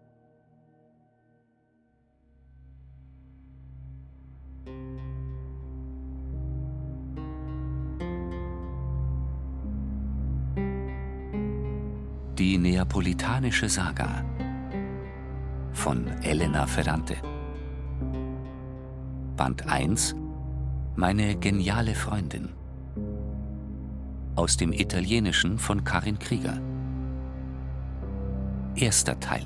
Die neapolitanische Saga von Elena Ferrante. Band eins. Meine geniale Freundin. Aus dem Italienischen von Karin Krieger. Erster Teil.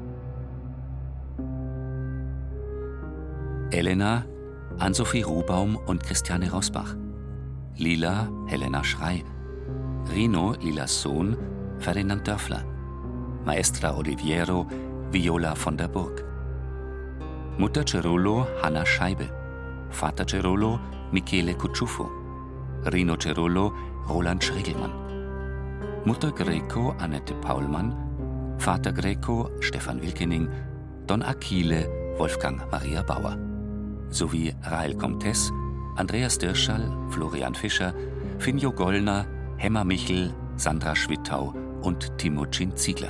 Elena, Ann-Sophie Ruhbaum und Christiane Rosbach. Lila, Helena Schrey. Rino, Lilas Sohn, Ferdinand Dörfler. Maestra Oliviero, Viola von der Burg. Mutter Cerullo, Hanna Scheibe. Vater Cerullo, Michele Cucciuffo. Rino Cerullo, Roland Schregelmann. Mutter Greco, Annette Paulmann. Vater Greco, Stefan Wilkening. Don Achille, Wolfgang Maria Bauer. Sowie Rahel Comtes, Andreas Dirschall, Florian Fischer, Finjo Gollner, Hemmer Michel, Sandra Schwittau und Timotschin Ziegler.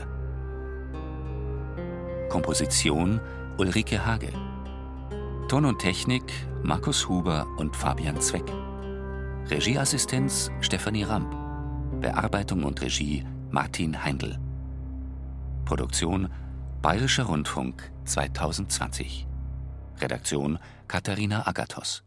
Komposition Ulrike Hage. Ton und Technik Markus Huber und Fabian Zweck. Regieassistenz Stefanie Ramp. Bearbeitung und Regie Martin Heindl. Produktion Bayerischer Rundfunk zweitausendzwanzig. Redaktion Katharina Agathos.